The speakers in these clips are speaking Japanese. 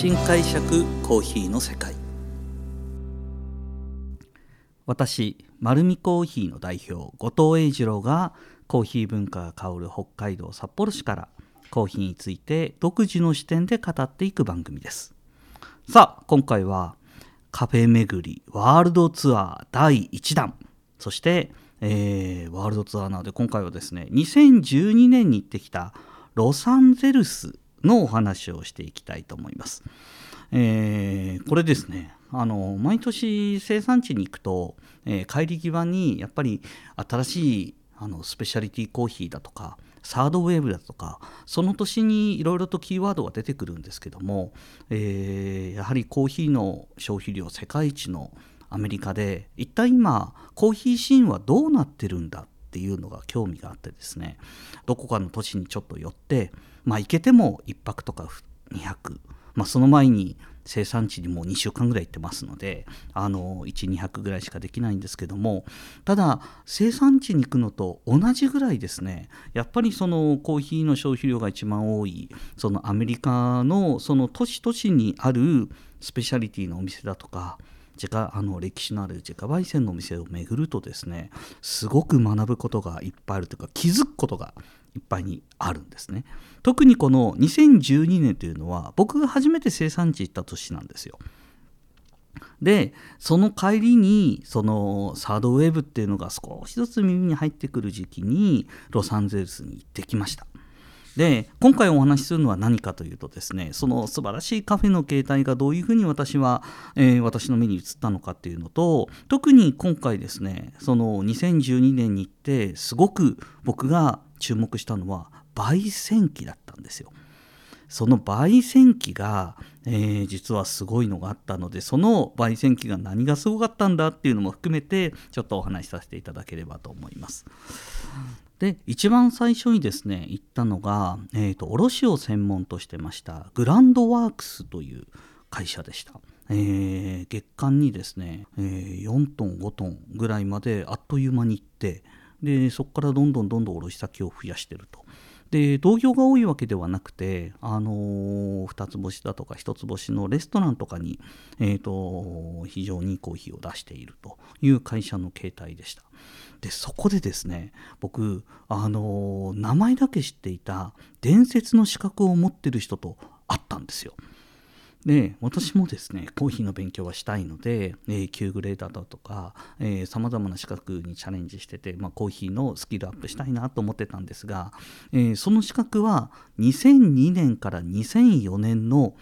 新解釈コーヒーの世界。私丸見コーヒーの代表後藤英二郎がコーヒー文化が香る北海道札幌市からコーヒーについて独自の視点で語っていく番組です。さあ今回はカフェ巡りワールドツアー第1弾、そして、ワールドツアーなので今回はですね2012年に行ってきたロサンゼルスのお話をしていきたいと思います。これですね毎年生産地に行くと、帰り際にやっぱり新しいスペシャリティコーヒーだとかサードウェーブだとかその年にいろいろとキーワードが出てくるんですけども、やはりコーヒーの消費量世界一のアメリカで一体今コーヒーシーンはどうなってるんだっていうのが興味があってですね、どこかの都市にちょっと寄って行けても1泊とか2泊、その前に生産地にもう2週間ぐらい行ってますので1、2泊ぐらいしかできないんですけども、ただ生産地に行くのと同じぐらいですね、やっぱりそのコーヒーの消費量が一番多いそのアメリカのその都市都市にあるスペシャリティのお店だとか歴史のある自家焙煎のお店を巡るとですね、すごく学ぶことがいっぱいあるというか気づくことがいっぱいにあるんですね。特にこの2012年というのは僕が初めて生産地行った年なんですよ。でその帰りにそのサードウェーブっていうのが少しずつ耳に入ってくる時期にロサンゼルスに行ってきました。で今回お話しするのは何かというとですね、その素晴らしいカフェの形態がどういうふうに私の目に映ったのかっていうのと、特に今回ですねその2012年に行ってすごく僕が注目したのは焙煎機だったんですよ。その焙煎機が、実はすごいのがあったので、その焙煎機が何がすごかったんだっていうのも含めてちょっとお話しさせていただければと思います。で一番最初にですね行ったのが、卸を専門としてましたグランドワークスという会社でした。月間にですね、4トン5トンぐらいまであっという間に行って、でそこからどんどん卸先を増やしていると。で同業が多いわけではなくて、2つ星だとか1つ星のレストランとかに、非常にいいコーヒーを出しているという会社の形態でした。でそこでですね僕名前だけ知っていた伝説の資格を持ってる人と会ったんですよ。で私もですねコーヒーの勉強はしたいので、Q グレーダーだとかさまざまな資格にチャレンジしてて、コーヒーのスキルアップしたいなと思ってたんですが、その資格は2002年から2004年の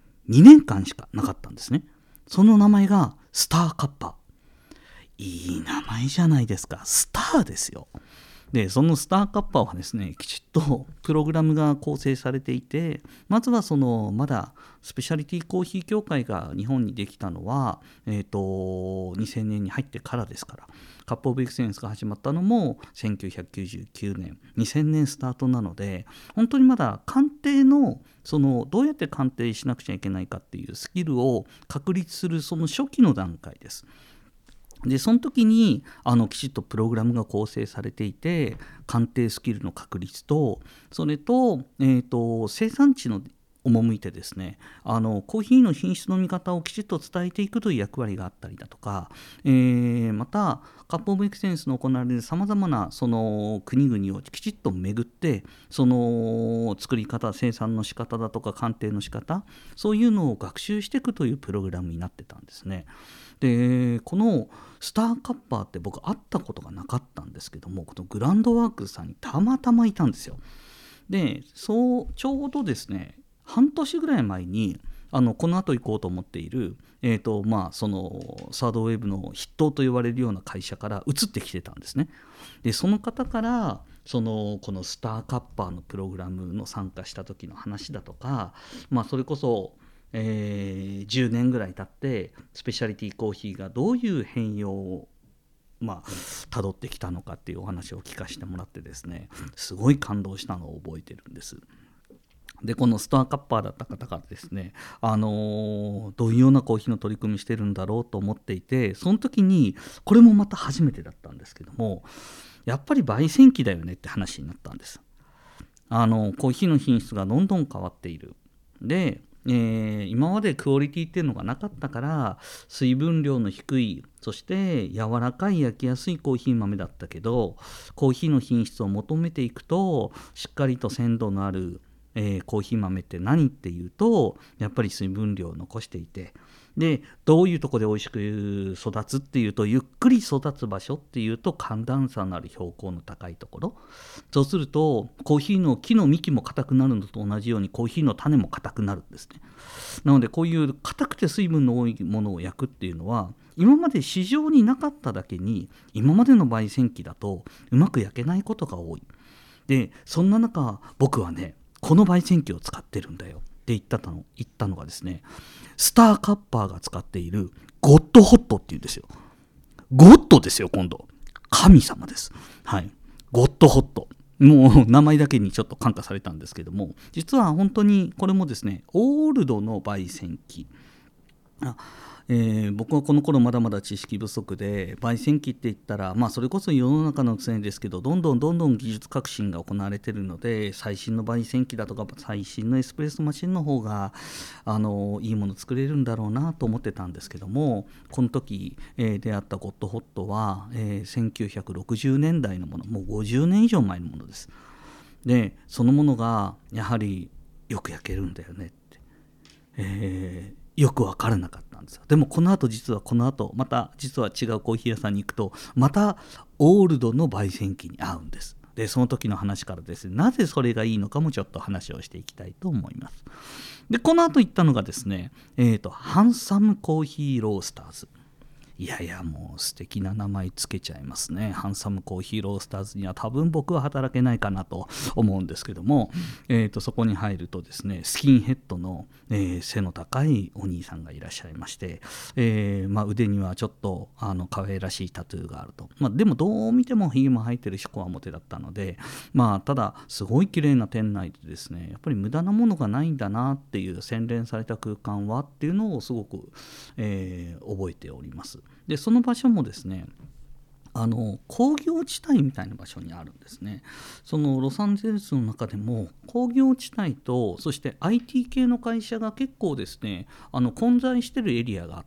2年間しかなかったんですね。その名前がスターカッパー。いい名前じゃないですか。スターですよ。でそのスターカッパーはですねきちっとプログラムが構成されていて、まずはまだスペシャリティコーヒー協会が日本にできたのは、2000年に入ってからですから、カップオブエクセレンスが始まったのも1999年2000年スタートなので、本当にまだ鑑定のどうやって鑑定しなくちゃいけないかっていうスキルを確立するその初期の段階です。でその時にきちっとプログラムが構成されていて、鑑定スキルの確立とそれと、生産地の赴いてですねコーヒーの品質の見方をきちっと伝えていくという役割があったりだとか、またカップオブエクセレンスの行われるさまざまなその国々をきちっと巡ってその作り方、生産の仕方だとか鑑定の仕方、そういうのを学習していくというプログラムになってたんですね。でこのスターカッパーって僕会ったことがなかったんですけども、このグランドワークスさんにたまたまいたんですよ。でちょうどですね半年ぐらい前にこの後行こうと思っている、そのサードウェーブの筆頭と言われるような会社から移ってきてたんですね。でその方からこのスターカッパーのプログラムの参加した時の話だとか、それこそ10年ぐらい経ってスペシャリティコーヒーがどういう変容を辿ってきたのかっていうお話を聞かせてもらってですね、すごい感動したのを覚えてるんです。でこのスターカッパーだった方がですね、どういうようなコーヒーの取り組みしてるんだろうと思っていて、その時にこれもまた初めてだったんですけども、やっぱり焙煎機だよねって話になったんです。コーヒーの品質がどんどん変わっている。で今までクオリティっていうのがなかったから、水分量の低い、そして柔らかい焼きやすいコーヒー豆だったけど、コーヒーの品質を求めていくと、しっかりと鮮度のある、コーヒー豆って何っていうと、やっぱり水分量を残していて、でどういうところで美味しく育つっていうと、ゆっくり育つ場所っていうと寒暖差のある標高の高いところ。そうするとコーヒーの木の幹も硬くなるのと同じように、コーヒーの種も硬くなるんですね。なのでこういう硬くて水分の多いものを焼くっていうのは、今まで市場になかっただけに、今までの焙煎機だとうまく焼けないことが多い。でそんな中、僕はね、この焙煎機を使ってるんだよって言ったのがですね、スターカッパーが使っているゴッドホットっていうんですよ。ゴッドですよ、今度。神様です。はい。ゴッドホット。もう名前だけにちょっと感化されたんですけども、実は本当にこれもですね、オールドの焙煎機。僕はこの頃まだまだ知識不足で、焙煎機って言ったら、それこそ世の中の常ですけど、どんどん技術革新が行われているので、最新の焙煎機だとか最新のエスプレッソマシンの方がいいもの作れるんだろうなと思ってたんですけども、この時、出会ったゴッドホットは、1960年代のもの、もう50年以上前のものです。でそのものがやはりよく焼けるんだよねって、よく分からなかったんですよ。でもこの後また実は違うコーヒー屋さんに行くと、またオールドの焙煎機に合うんです。でその時の話からですね、なぜそれがいいのかもちょっと話をしていきたいと思います。でこの後行ったのがですね、ハンサムコーヒーロースターズ。いやいや、もう素敵な名前つけちゃいますね。ハンサムコーヒーロースターズには多分僕は働けないかなと思うんですけども、そこに入るとですね、スキンヘッドの、背の高いお兄さんがいらっしゃいまして、腕にはちょっと可愛らしいタトゥーがあると。でもどう見てもひげも生えてるしこわもてだったので、ただすごい綺麗な店内でですね、やっぱり無駄なものがないんだなっていう、洗練された空間はっていうのをすごく、覚えております。でその場所もですね、工業地帯みたいな場所にあるんですね。そのロサンゼルスの中でも工業地帯と、そして IT 系の会社が結構ですね、混在してるエリアがあって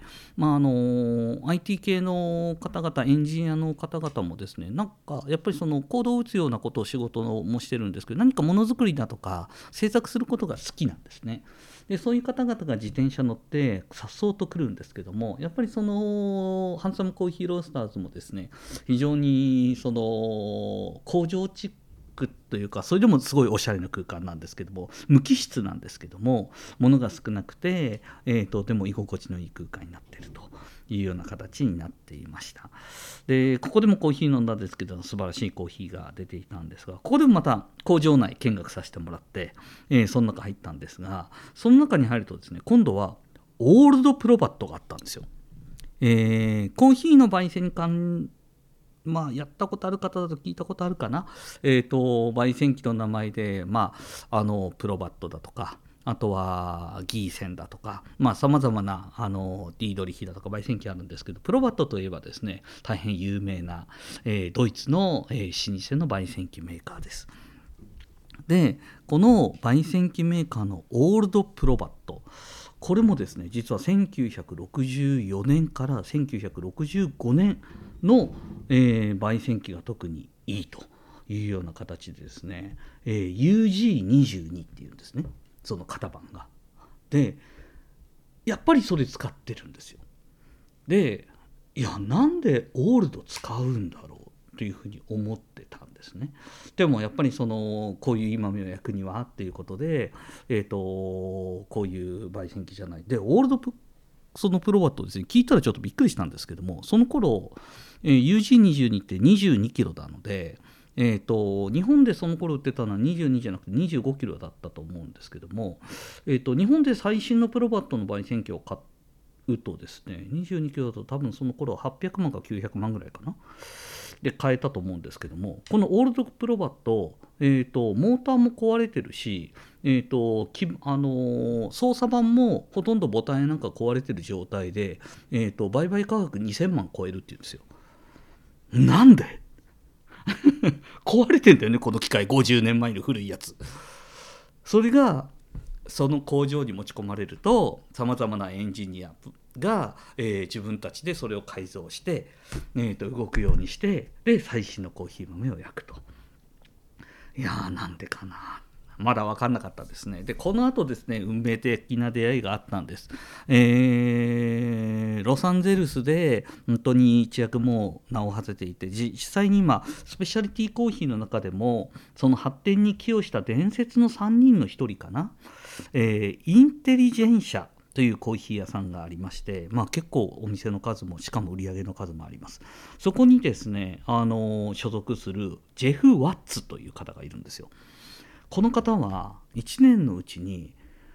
、IT 系の方々、エンジニアの方々もですね、なんかやっぱりそのコードを打つようなことを仕事もしてるんですけど、何かものづくりだとか制作することが好きなんですね。でそういう方々が自転車乗って颯爽と来るんですけども、やっぱりそのハンサムコーヒーロースターズもですね、非常にその工場地区というか、それでもすごいおしゃれな空間なんですけども、無機質なんですけども、物が少なくて、でも居心地のいい空間になっているというような形になっていました。でここでもコーヒー飲んだんですけど、素晴らしいコーヒーが出ていたんですが、ここでもまた工場内見学させてもらって、その中入ったんですが、その中に入るとですね、今度はオールドプロバットがあったんですよ。コーヒーの焙煎館、やったことある方だと聞いたことあるかな。焙煎機の名前で、プロバットだとか、あとはギーセンだとか、さまざまなディードリヒだとか焙煎機あるんですけど、プロバットといえばですね、大変有名な、ドイツの、老舗の焙煎機メーカーです。でこの焙煎機メーカーのオールドプロバット、これもですね、実は1964年から1965年の、焙煎機が特にいいというような形でですね、UG22 っていうんですね、その型番が。でやっぱりそれ使ってるんですよ。でいや、なんでオールド使うんだろうというふうに思ってたんですね。でもやっぱりこういう今の役にはっていうことで、こういう焙煎機じゃないでオールドそのプロバットですね、聞いたらちょっとびっくりしたんですけども、その頃、UG22 って22キロなので、日本でその頃売ってたのは22じゃなくて25キロだったと思うんですけども、日本で最新のプロバットの焙煎機を買うとですね、22キロだと多分その頃800万か900万ぐらいかなで買えたと思うんですけども、このオールドプロバット、モーターも壊れてるし、操作盤もほとんどボタンなんか壊れてる状態で、売買価格2000万超えるっていうんですよ。なんで壊れてんだよね、この機械。50年前の古いやつ。それがその工場に持ち込まれるとさまざまなエンジニアが、自分たちでそれを改造して、動くようにしてで最新のコーヒー豆を焼くと。いやーなんでかな、まだ分かんなかったですね。でこの後ですね運命的な出会いがあったんです。ロサンゼルスで本当に一躍もう名を馳せていて、実際に今スペシャリティコーヒーの中でもその発展に寄与した伝説の3人の1人かな、インテリジェンシャというコーヒー屋さんがありまして、結構お店の数もしかも売り上げの数もあります。そこにですね、所属するジェフ・ワッツという方がいるんですよ。この方は1年のうちに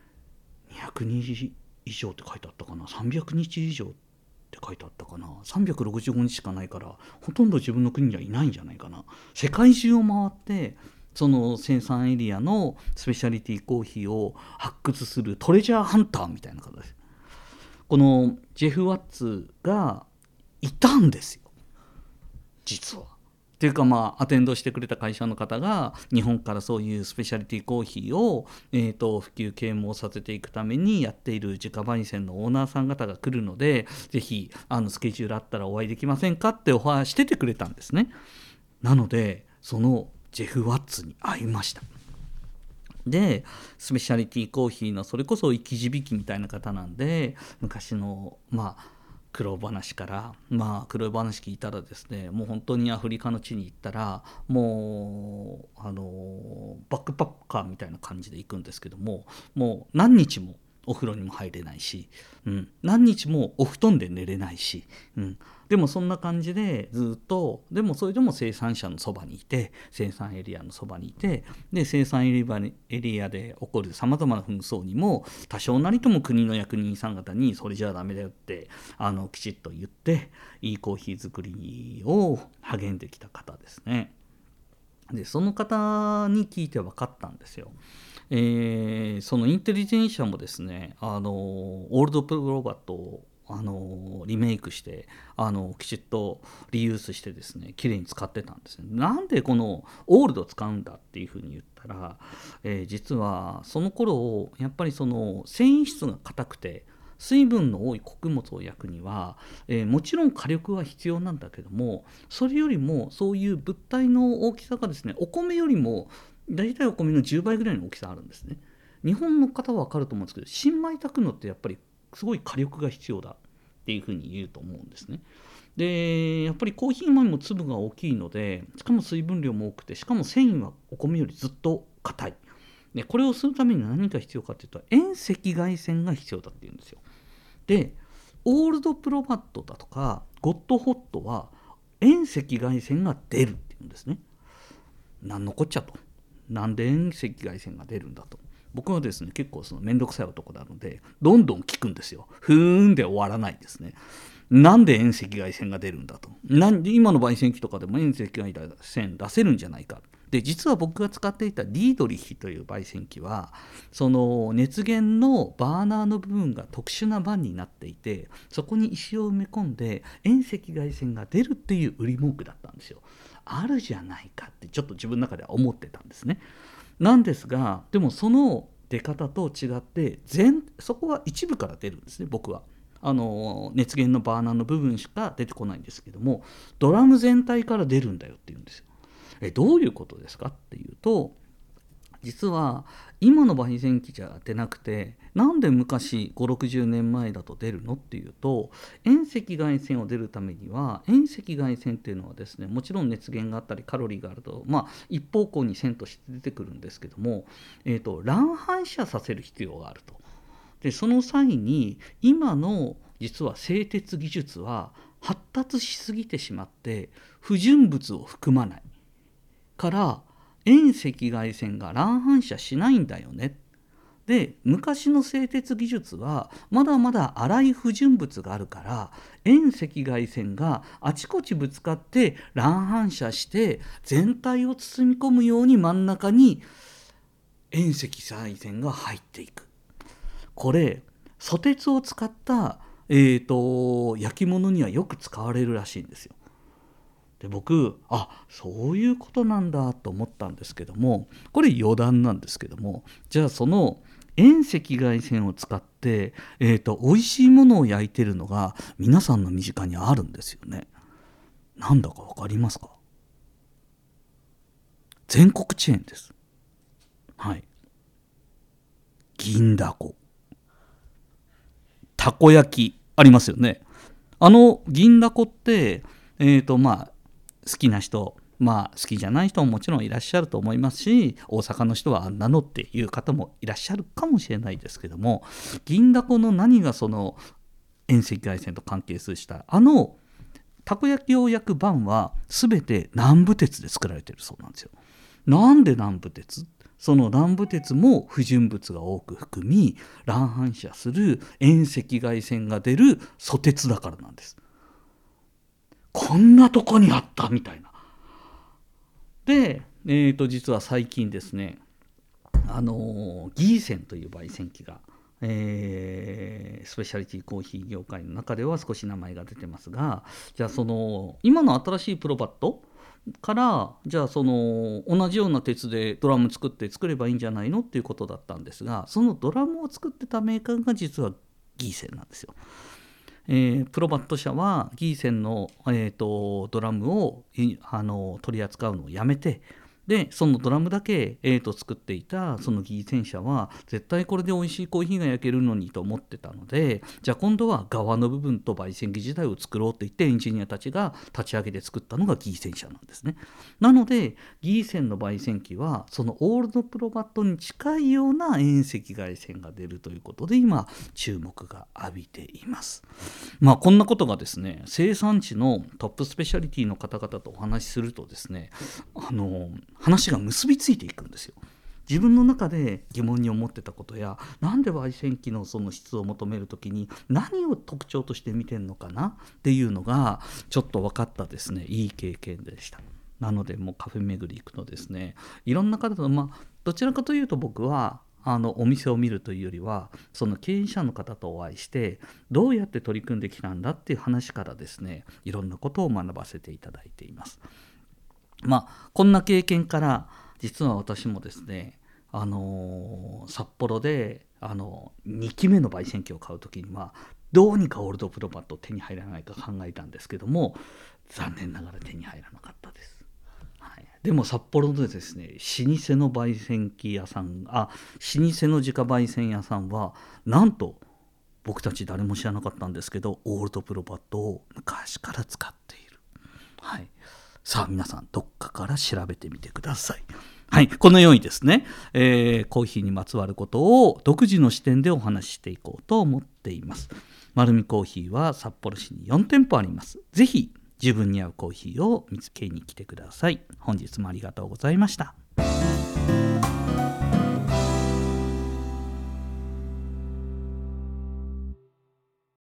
200日以上って書いてあったかな、300日以上って書いてあったかな、365日しかないからほとんど自分の国にはいないんじゃないかな。世界中を回ってその生産エリアのスペシャリティコーヒーを発掘するトレジャーハンターみたいな方です。このジェフ・ワッツがいたんですよ実は。っていうかアテンドしてくれた会社の方が日本からそういうスペシャリティコーヒーを、普及啓蒙させていくためにやっている自家焙煎のオーナーさん方が来るので、ぜひスケジュールあったらお会いできませんかってオファーしててくれたんですね。なのでそのジェフ・ワッツに会いました。でスペシャリティコーヒーのそれこそ生き字引みたいな方なんで、昔の苦労話から、苦労話聞いたらですね、もう本当にアフリカの地に行ったらもうバックパッカーみたいな感じで行くんですけども、もう何日もお風呂にも入れないし、何日もお布団で寝れないし、でもそんな感じでずっと、でもそれでも生産者のそばにいて、生産エリアのそばにいて、で生産エリアで起こるさまざまな紛争にも多少なりとも国の役人さん方にそれじゃダメだよってきちっと言って、いいコーヒー作りを励んできた方ですね。でその方に聞いて分かったんですよ。そのインテリジェンシャもですね、オールドプロバットをリメイクしてきちっとリユースしてですね綺麗に使ってたんですね。なんでこのオールドを使うんだっていうふうに言ったら、実はその頃やっぱりその繊維質が硬くて水分の多い穀物を焼くには、もちろん火力は必要なんだけども、それよりもそういう物体の大きさがですね、お米よりも大体お米の10倍ぐらいの大きさあるんですね。日本の方は分かると思うんですけど、新米炊くのってやっぱりすごい火力が必要だっていうふうに言うと思うんですね。でやっぱりコーヒー豆も粒が大きいので、しかも水分量も多くて、しかも繊維はお米よりずっと硬い。でこれをするために何が必要かっていうと、遠赤外線が必要だっていうんですよ。でオールドプロバットだとかゴッドホットは遠赤外線が出るっていうんですね。なんのこっちゃと、なんで遠赤外線が出るんだと。僕はですね結構そのめんどくさい男なのでどんどん聞くんですよ。ふーんで終わらないですね。なんで遠赤外線が出るんだと、なんで今の焙煎機とかでも遠赤外線出せるんじゃないか。で実は僕が使っていたディードリヒという焙煎機はその熱源のバーナーの部分が特殊な板になっていて、そこに石を埋め込んで遠赤外線が出るっていう売り文句だったんですよ。あるじゃないかってちょっと自分の中では思ってたんですね。なんですがでもその出方と違ってそこは一部から出るんですね。僕は熱源のバーナーの部分しか出てこないんですけども、ドラム全体から出るんだよって言うんですよ。どういうことですかっていうと、実は今の焙煎機じゃ出なくて、なんで昔5、60年前だと出るのっていうと、遠赤外線を出るためには、遠赤外線っていうのはですね、もちろん熱源があったりカロリーがあると、一方向に線として出てくるんですけども、乱反射させる必要があると。でその際に今の実は製鉄技術は発達しすぎてしまって不純物を含まないから遠赤外線が乱反射しないんだよね。で昔の製鉄技術はまだまだ粗い不純物があるから遠赤外線があちこちぶつかって乱反射して全体を包み込むように真ん中に遠赤外線が入っていく。これソテツを使った、焼き物にはよく使われるらしいんですよ。で僕そういうことなんだと思ったんですけども、これ余談なんですけども、じゃあその遠赤外線を使って、美味しいものを焼いてるのが皆さんの身近にあるんですよね。なんだかわかりますか？全国チェーンです。はい。銀だこ、たこ焼きありますよね。銀だこって、好きな人、好きじゃない人ももちろんいらっしゃると思いますし、大阪の人はあんなのっていう方もいらっしゃるかもしれないですけども、銀だこの何がその遠赤外線と関係するした、たこ焼きを焼くバンは全て南部鉄で作られているそうなんですよ。なんで南部鉄？その南部鉄も不純物が多く含み、乱反射する遠赤外線が出る素鉄だからなんです。こんなとこにあったみたいな。で、実は最近ですね、ギーセンという焙煎機が、スペシャリティコーヒー業界の中では少し名前が出てますが、じゃあその今の新しいプロバットからじゃあその同じような鉄でドラム作ればいいんじゃないのっていうことだったんですが、そのドラムを作ってたメーカーが実はギーセンなんですよ。プロバット社はギーセンの、ドラムを取り扱うのをやめて、でそのドラムだけ、作っていたそのギーセン社は絶対これで美味しいコーヒーが焼けるのにと思ってたので、じゃあ今度は側の部分と焙煎機自体を作ろうと言ってエンジニアたちが立ち上げて作ったのがギーセン社なんですね。なのでギーセンの焙煎機はそのオールドプロバットに近いような遠赤外線が出るということで今注目が浴びています。こんなことがですね、生産地のトップスペシャリティの方々とお話しするとですね、話が結びついていくんですよ。自分の中で疑問に思ってたことや、なんで焙煎機のその質を求めるときに何を特徴として見てるのかなっていうのがちょっと分かったですね、いい経験でした。なのでもうカフェ巡り行くとですね、いろんな方とどちらかというと僕はお店を見るというよりはその経営者の方とお会いしてどうやって取り組んできたんだっていう話からですね、いろんなことを学ばせていただいています。こんな経験から実は私もですね、札幌で2期目の焙煎機を買うときにはどうにかオールドプロバットを手に入らないか考えたんですけども、残念ながら手に入らなかったです。でも札幌でですね、老舗の焙煎機屋さん、老舗の自家焙煎屋さんはなんと僕たち誰も知らなかったんですけどオールドプロバットを昔から使っている。さあ皆さんどっかから調べてみてください。このようにですね、コーヒーにまつわることを独自の視点でお話ししていこうと思っています。丸見コーヒーは札幌市に4店舗あります。ぜひ自分に合うコーヒーを見つけに来てください。本日もありがとうございました。